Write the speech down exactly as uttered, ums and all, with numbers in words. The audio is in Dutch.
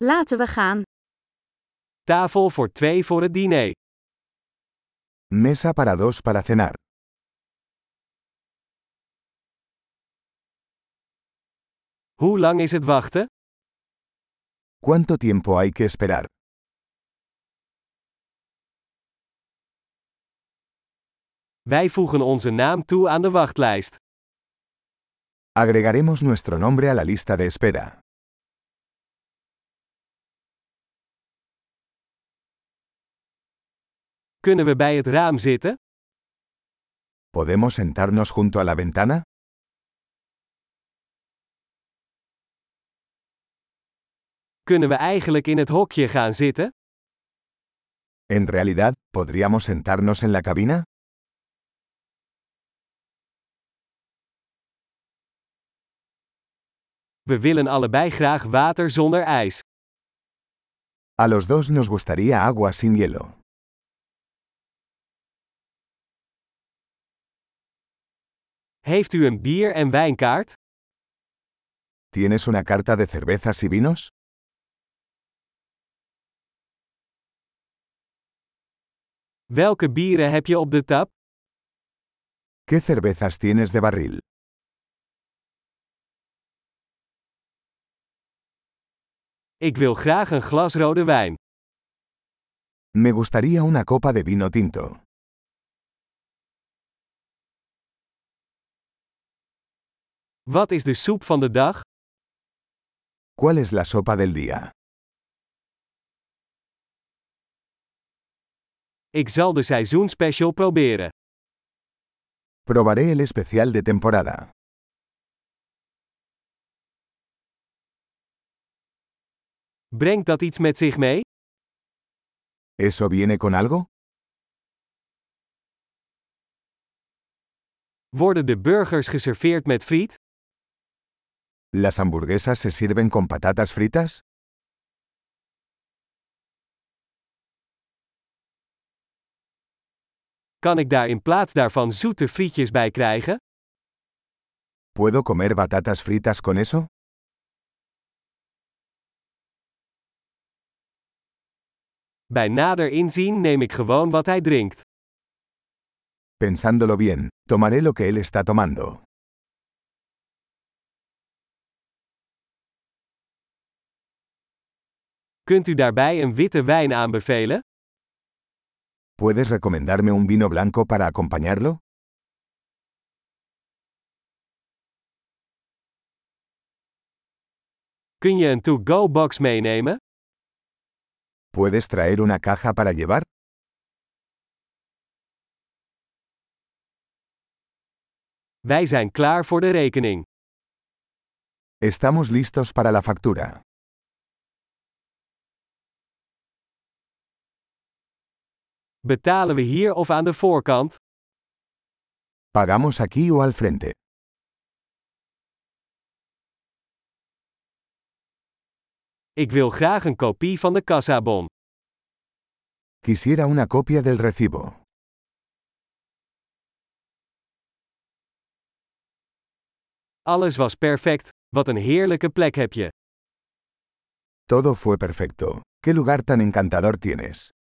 Laten we gaan. Tafel voor twee voor het diner. Mesa para dos para cenar. Hoe lang is het wachten? ¿Cuánto tiempo hay que esperar? Wij voegen onze naam toe aan de wachtlijst. Agregaremos nuestro nombre a la lista de espera. Kunnen we bij het raam zitten? ¿Podemos sentarnos junto a la ventana? Kunnen we eigenlijk in het hokje gaan zitten? En realidad, ¿podríamos sentarnos en la cabina? We willen allebei graag water zonder ijs. A los dos nos gustaría agua sin hielo. Heeft u een bier- en wijnkaart? ¿Tienes una carta de cervezas y vinos? Welke bieren heb je op de tap? ¿Qué cervezas tienes de barril? Ik wil graag een glas rode wijn. Me gustaría una copa de vino tinto. Wat is de soep van de dag? ¿Cuál es la sopa del día? Ik zal de seizoenspecial proberen. Probaré el especial de temporada. Brengt dat iets met zich mee? ¿Eso viene con algo? Worden de burgers geserveerd met friet? ¿Las hamburguesas se sirven con patatas fritas? Kan ik daar in plaats daarvan zoete frietjes bij krijgen? ¿Puedo comer batatas fritas con eso? Bij nader inzien neem ik gewoon wat hij drinkt. Pensándolo bien, tomaré lo que él está tomando. Kunt u daarbij een witte wijn aanbevelen? ¿Puedes recomendarme un vino blanco para acompañarlo? Kun je een to-go-box meenemen? ¿Puedes traer una caja para llevar? Wij zijn klaar voor de rekening. Estamos listos para la factura. Betalen we hier of aan de voorkant? ¿Pagamos aquí o al frente? Ik wil graag een kopie van de kassabon. Quisiera una copia del recibo. Alles was perfect. Wat een heerlijke plek heb je. Todo fue perfecto. ¿Qué lugar tan encantador tienes?